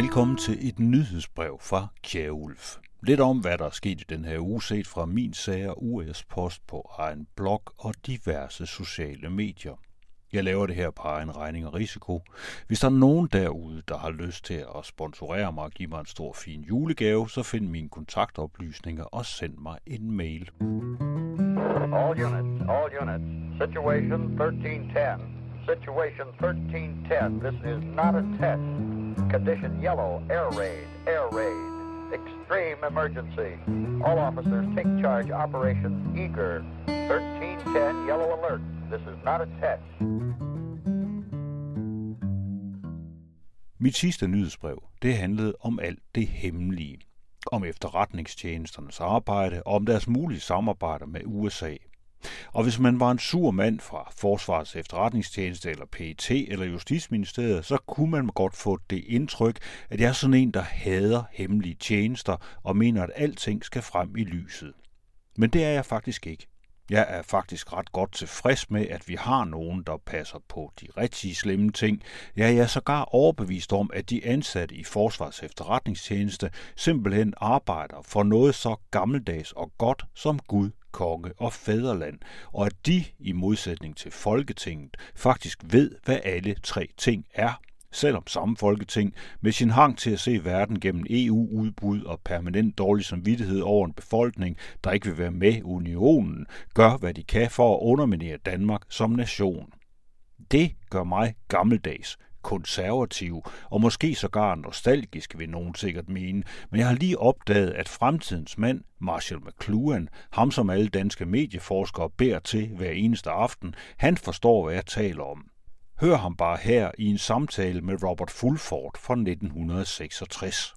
Velkommen til et nyhedsbrev fra Kjærulf. Lidt om, hvad der er sket i den her uge, set fra min sag og US Post på egen blog og diverse sociale medier. Jeg laver det her på egen regning og risiko. Hvis der er nogen derude, der har lyst til at sponsorere mig og give mig en stor fin julegave, så find mine kontaktoplysninger og send mig en mail. All units. Situation 1310. Situation 1310. This is not a test. Condition yellow. Air raid. Extreme emergency. All officers take charge. Operation Eager. 1310 yellow alert. This is not a test. Mit sidste nyhedsbrev, det handlede om alt det hemmelige. Om efterretningstjenesternes arbejde og om deres mulige samarbejder med USA. Og hvis man var en sur mand fra Forsvarets efterretningstjeneste eller PET eller Justitsministeriet, så kunne man godt få det indtryk, at jeg er sådan en, der hader hemmelige tjenester og mener, at alting skal frem i lyset. Men det er jeg faktisk ikke. Jeg er faktisk ret godt tilfreds med, at vi har nogen, der passer på de rigtig slemme ting. Jeg er sågar overbevist om, at de ansatte i Forsvarets efterretningstjeneste simpelthen arbejder for noget så gammeldags og godt som Gud, konge og fædreland, og at de, i modsætning til Folketinget, faktisk ved, hvad alle tre ting er, selvom samme Folketing med sin hang til at se verden gennem EU-udbud og permanent dårlig samvittighed over en befolkning, der ikke vil være med i unionen, gør, hvad de kan for at underminere Danmark som nation. Det gør mig gammeldags, konservativ og måske sågar nostalgisk, vil nogen sikkert mene, men jeg har lige opdaget, at fremtidens mand, Marshall McLuhan, ham som alle danske medieforskere beder til hver eneste aften, han forstår, hvad jeg taler om. Hør ham bare her i en samtale med Robert Fulford fra 1966.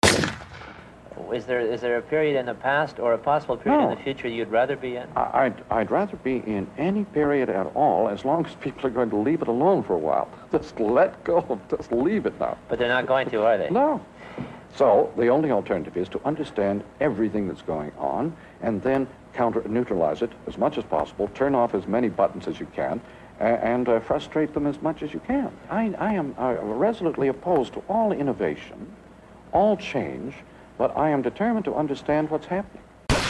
Is there a period in the past or a possible period in the future you'd rather be in? I'd rather be in any period at all, as long as people are going to leave it alone for a while. Just let go, just leave it now. But they're not going to, are they? No. So the only alternative is to understand everything that's going on and then neutralize it as much as possible, turn off as many buttons as you can, and frustrate them as much as you can. I am resolutely opposed to all innovation, all change, but I am determined to understand what's happening.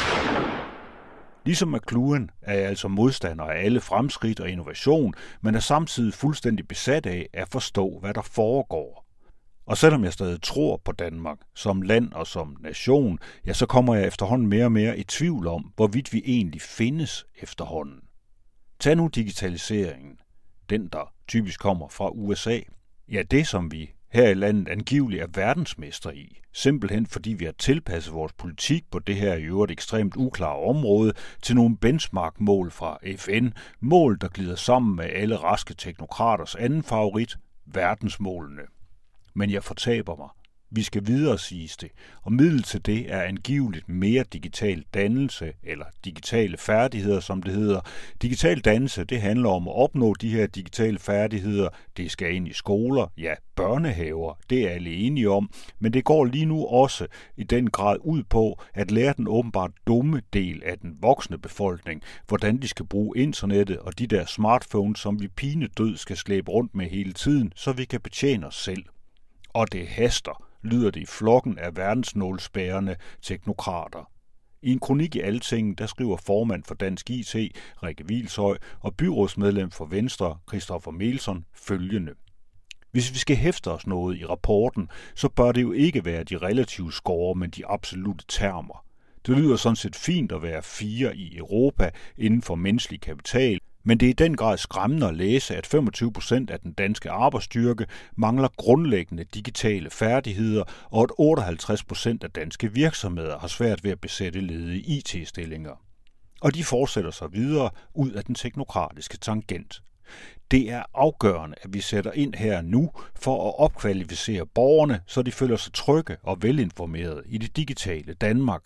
Ligesom McLuhan er jeg altså modstander af alle fremskridt og innovation, men er samtidig fuldstændig besat af at forstå, hvad der foregår. Og selvom jeg stadig tror på Danmark som land og som nation, ja, så kommer jeg efterhånden mere og mere i tvivl om, hvorvidt vi egentlig findes efterhånden. Tag nu digitaliseringen, den der typisk kommer fra USA. Ja, det som vi her i landet angiveligt er verdensmester i, simpelthen fordi vi har tilpasset vores politik på det her i øvrigt ekstremt uklare område til nogle benchmark-mål fra FN, mål der glider sammen med alle raske teknokraters anden favorit, verdensmålene. Men jeg fortaber mig. Vi skal videre, siges det, og middel til det er angiveligt mere digital dannelse, eller digitale færdigheder, som det hedder. Digital dannelse, det handler om at opnå de her digitale færdigheder. Det skal ind i skoler, ja, børnehaver, det er alle enige om, men det går lige nu også i den grad ud på at lære den åbenbart dumme del af den voksne befolkning, hvordan de skal bruge internettet og de der smartphones, som vi pinedød skal slæbe rundt med hele tiden, så vi kan betjene os selv. Og det haster, lyder det i flokken af verdensnålsbærende teknokrater. I en kronik i Altinget, der skriver formand for Dansk IT, Rikke Hvilshøj, og byrådsmedlem for Venstre, Christoffer Melson, følgende. Hvis vi skal hæfte os noget i rapporten, så bør det jo ikke være de relative score, men de absolute termer. Det lyder sådan set fint at være 4 i Europa inden for menneskelig kapital, men det er i den grad skræmmende at læse, at 25% af den danske arbejdsstyrke mangler grundlæggende digitale færdigheder, og at 58% af danske virksomheder har svært ved at besætte ledige IT-stillinger. Og de fortsætter sig videre ud af den teknokratiske tangent. Det er afgørende, at vi sætter ind her nu for at opkvalificere borgerne, så de føler sig trygge og velinformerede i det digitale Danmark.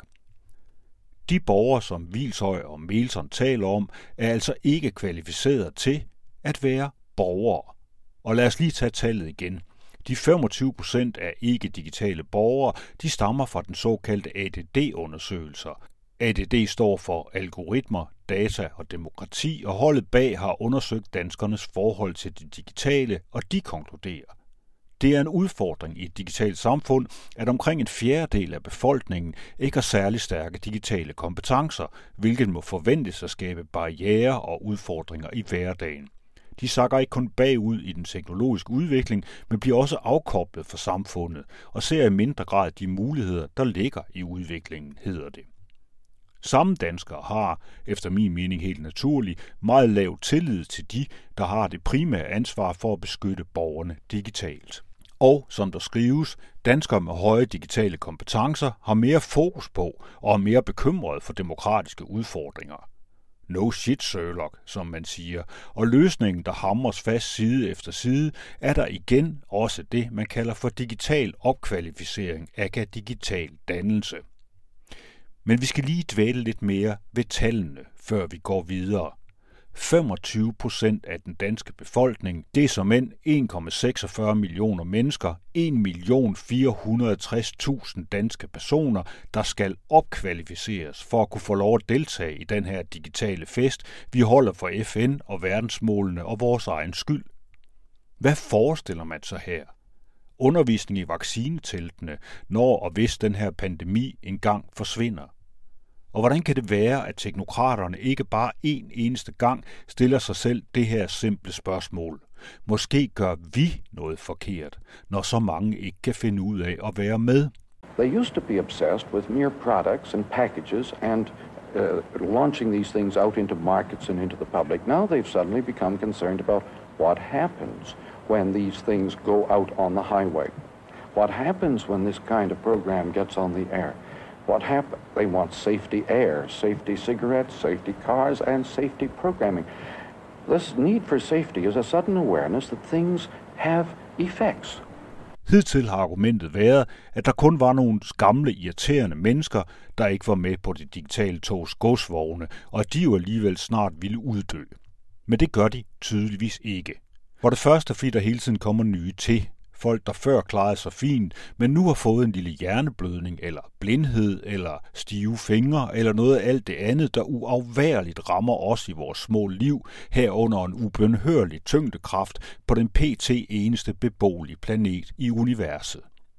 De borgere, som Hvilshøj og Melson taler om, er altså ikke kvalificeret til at være borgere. Og lad os lige tage tallet igen. De 25% af ikke-digitale borgere, de stammer fra den såkaldte ADD-undersøgelser. ADD står for algoritmer, data og demokrati, og holdet bag har undersøgt danskernes forhold til det digitale, og de konkluderer. Det er en udfordring i et digitalt samfund, at omkring en fjerdedel af befolkningen ikke har særlig stærke digitale kompetencer, hvilket må forventes at skabe barrierer og udfordringer i hverdagen. De sakker ikke kun bagud i den teknologiske udvikling, men bliver også afkoblet fra samfundet og ser i mindre grad de muligheder, der ligger i udviklingen, hedder det. Samme danskere har, efter min mening helt naturligt, meget lav tillid til de, der har det primære ansvar for at beskytte borgerne digitalt. Og, som der skrives, danskere med høje digitale kompetencer har mere fokus på og er mere bekymrede for demokratiske udfordringer. No shit, Sherlock, som man siger, og løsningen, der hamres fast side efter side, er der igen også det, man kalder for digital opkvalificering, aka digital dannelse. Men vi skal lige dvæle lidt mere ved tallene, før vi går videre. 25% af den danske befolkning, det er som end 1,46 millioner mennesker, 1.460.000 danske personer, der skal opkvalificeres for at kunne få lov at deltage i den her digitale fest, vi holder for FN og verdensmålene og vores egen skyld. Hvad forestiller man sig her? Undervisning i vaccineteltene, når og hvis den her pandemi engang forsvinder. Og hvordan kan det være, at teknokraterne ikke bare en eneste gang stiller sig selv det her simple spørgsmål? Måske gør vi noget forkert, når så mange ikke kan finde ud af at være med. They used to be obsessed with mere products and packages and launching these things out into markets and into the public. Now they've suddenly become concerned about what happens when these things go out on the highway. What happens when this kind of program gets on the air? What happens? They want safety air, safety cigarettes, safety cars, and safety programming. This need for safety is a sudden awareness that things have effects. Hidtil har argumentet været, at der kun var nogle gamle, irriterende mennesker, der ikke var med på det digitale togs godsvogne, og at de jo alligevel snart ville uddø. Men det gør de tydeligvis ikke. For det første, fordi der hele tiden kommer nye til. Folk, der før klarede sig fint, men nu har fået en lille hjerneblødning, eller blindhed, eller stive fingre, eller noget af alt det andet, der uafværligt rammer os i vores små liv, herunder en ubønhørlig tyngdekraft på den pt. Eneste beboelige planet i universet.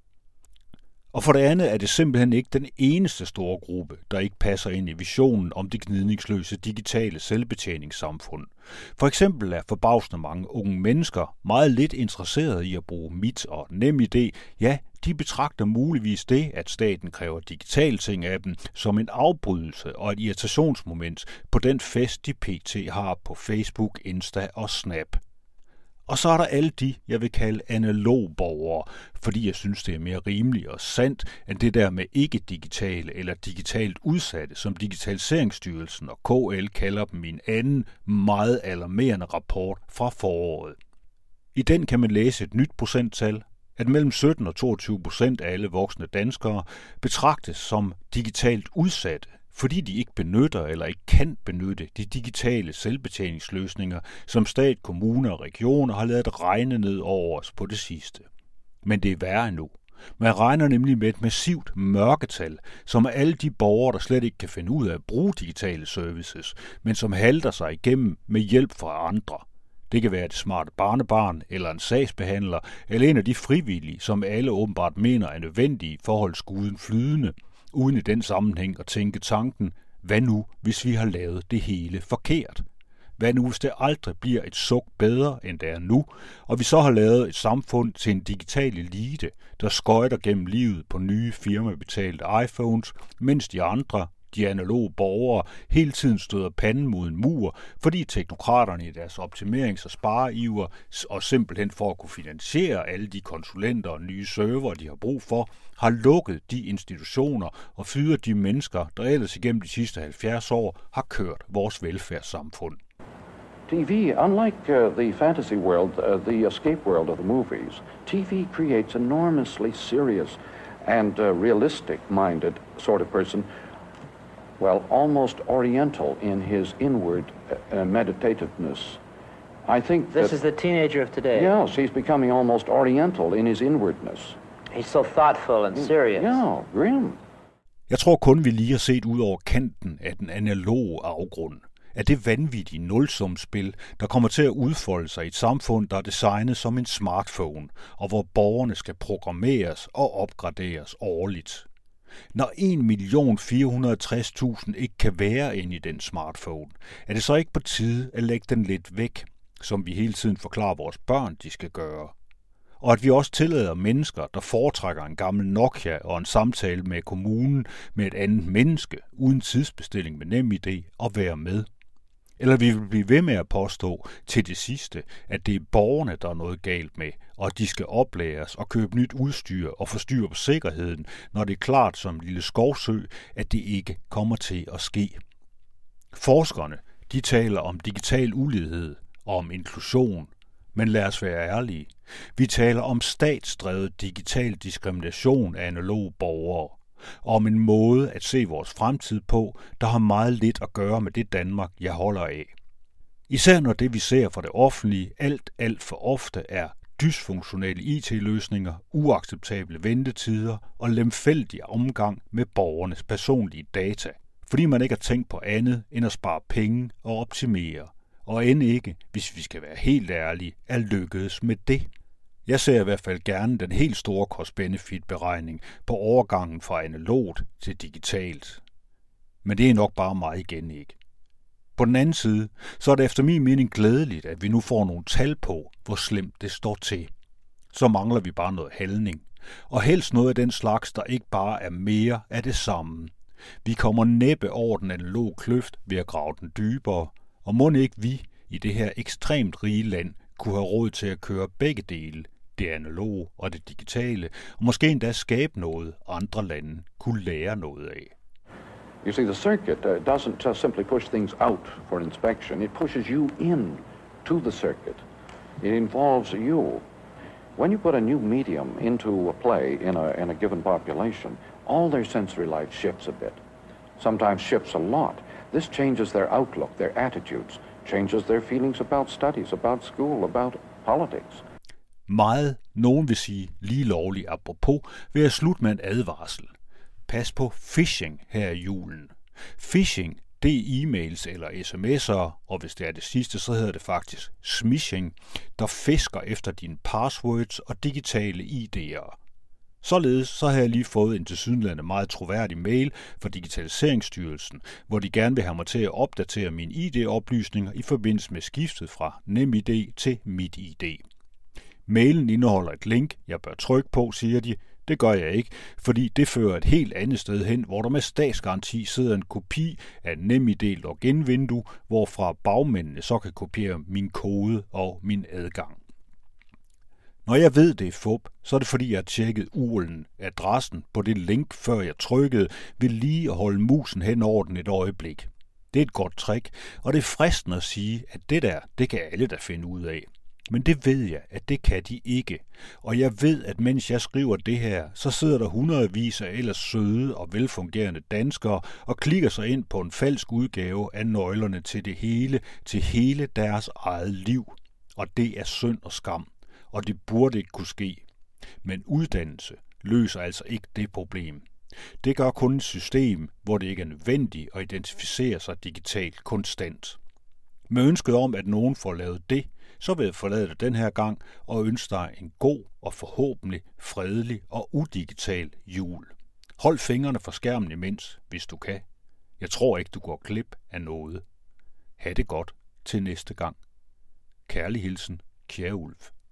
Og for det andet er det simpelthen ikke den eneste store gruppe, der ikke passer ind i visionen om det gnidningsløse digitale selvbetjeningssamfund. For eksempel er forbavsende mange unge mennesker meget lidt interesserede i at bruge MitID og NemID. Ja, de betragter muligvis det, at staten kræver digital ting af dem, som en afbrydelse og et irritationsmoment på den fest, de pt. Har på Facebook, Insta og Snap. Og så er der alle de, jeg vil kalde analogborgere, fordi jeg synes, det er mere rimeligt og sandt, end det der med ikke-digitale eller digitalt udsatte, som Digitaliseringsstyrelsen og KL kalder dem i en anden, meget alarmerende rapport fra foråret. I den kan man læse et nyt procenttal, at mellem 17 og 22% af alle voksne danskere betragtes som digitalt udsatte, fordi de ikke benytter eller ikke kan benytte de digitale selvbetjeningsløsninger, som stat, kommuner og regioner har ladet regne ned over os på det sidste. Men det er værre nu. Man regner nemlig med et massivt mørketal, som er alle de borgere, der slet ikke kan finde ud af at bruge digitale services, men som halter sig igennem med hjælp fra andre. Det kan være et smarte barnebarn, eller en sagsbehandler, eller en af de frivillige, som alle åbenbart mener er nødvendige for at holde skuden flydende, uden i den sammenhæng at tænke tanken, hvad nu, hvis vi har lavet det hele forkert? Hvad nu, hvis det aldrig bliver et suk bedre, end det er nu, og vi så har lavet et samfund til en digital elite, der skøjter gennem livet på nye firmabetalte iPhones, mens de andre, de analoge borgere, hele tiden støder panden mod en mur, fordi teknokraterne i deres optimerings- og spareiver, og simpelthen for at kunne finansiere alle de konsulenter og nye server, de har brug for, har lukket de institutioner og fyret de mennesker, der ellers igennem de sidste 70 år har kørt vores velfærdssamfund. TV, unlike the fantasy world, the escape world of the movies, TV creates enormously serious and realistic-minded sort of person, well, almost oriental in his inward meditativeness. I think this is the teenager of today. Yes, he's becoming almost oriental in his inwardness. He's so thoughtful and serious. Yeah, grim. Jeg tror kun, vi lige har set ud over kanten af den analoge afgrund. af det vanvittige nulsumspil, der kommer til at udfolde sig i et samfund, der er designet som en smartphone, og hvor borgerne skal programmeres og opgraderes årligt. Når 1.460.000 ikke kan være inde i den smartphone, er det så ikke på tide at lægge den lidt væk, som vi hele tiden forklarer vores børn, de skal gøre. Og at vi også tillader mennesker, der foretrækker en gammel Nokia og en samtale med kommunen med et andet menneske, uden tidsbestilling med NemID, at være med. Eller vi vil blive ved med at påstå til det sidste, at det er borgerne, der er noget galt med, og at de skal oplæres og købe nyt udstyr og få styr på sikkerheden, når det er klart som en lille skovsø, at det ikke kommer til at ske. Forskerne, de taler om digital ulighed og om inklusion, men lad os være ærlige. Vi taler om statsdrevet digital diskrimination af analoge borgere, og om en måde at se vores fremtid på, der har meget lidt at gøre med det Danmark, jeg holder af. Især når det, vi ser fra det offentlige, alt for ofte er dysfunktionelle IT-løsninger, uacceptable ventetider og lemfældig omgang med borgernes personlige data, fordi man ikke har tænkt på andet end at spare penge og optimere, og end ikke, hvis vi skal være helt ærlige, er lykkedes med det. Jeg ser i hvert fald gerne den helt store cost-benefit-beregning på overgangen fra analogt til digitalt. Men det er nok bare mig igen ikke. På den anden side, så er det efter min mening glædeligt, at vi nu får nogle tal på, hvor slemt det står til. Så mangler vi bare noget handling. Og helst noget af den slags, der ikke bare er mere af det samme. Vi kommer næppe over den analoge kløft ved at grave den dybere, og må ikke vi i det her ekstremt rige land kunne have råd til at køre begge dele, det analoge og det digitale, og måske endda skabe noget, andre lande kunne lære noget af. You see, the circuit doesn't just simply push things out for inspection. It pushes you in to the circuit. It involves you. When you put a new medium into a play in a given population, all their sensory life shifts a bit. Sometimes shifts a lot. This changes their outlook, their attitudes, changes their feelings about studies, about school, about politics. Meget, nogen vil sige lige lovligt apropos, vil jeg slutte med en advarsel. Pas på phishing her i julen. Phishing, det er e-mails eller sms'er, og hvis det er det sidste, så hedder det faktisk smishing, der fisker efter dine passwords og digitale ID'er. Således så har jeg lige fået en tilsyneladende meget troværdig mail fra Digitaliseringsstyrelsen, hvor de gerne vil have mig til at opdatere mine ID-oplysninger i forbindelse med skiftet fra NemID til MitID. Mailen indeholder et link, jeg bør trykke på, siger de. Det gør jeg ikke, fordi det fører et helt andet sted hen, hvor der med statsgaranti sidder en kopi af NemID login-vindue, hvorfra bagmændene så kan kopiere min kode og min adgang. Når jeg ved, det er fup, så er det fordi, jeg har tjekket URL'en, adressen på det link, før jeg trykkede, ved lige at holde musen hen over den et øjeblik. Det er et godt trick, og det er fristende at sige, at det kan alle da finde ud af. Men det ved jeg, at det kan de ikke. Og jeg ved, at mens jeg skriver det her, så sidder der hundredvis af ellers søde og velfungerende danskere og klikker sig ind på en falsk udgave af nøglerne til hele deres eget liv. Og det er synd og skam, og det burde ikke kunne ske. Men uddannelse løser altså ikke det problem. Det gør kun et system, hvor det ikke er nødvendigt at identificere sig digitalt konstant. Med ønsket om, at nogen får lavet det, så vil jeg forlade dig den her gang og ønske dig en god og forhåbentlig fredelig og udigital jul. Hold fingrene fra skærmen imens, hvis du kan. Jeg tror ikke, du går glip af noget. Ha' det godt til næste gang. Kærlig hilsen, Kjær Ulf.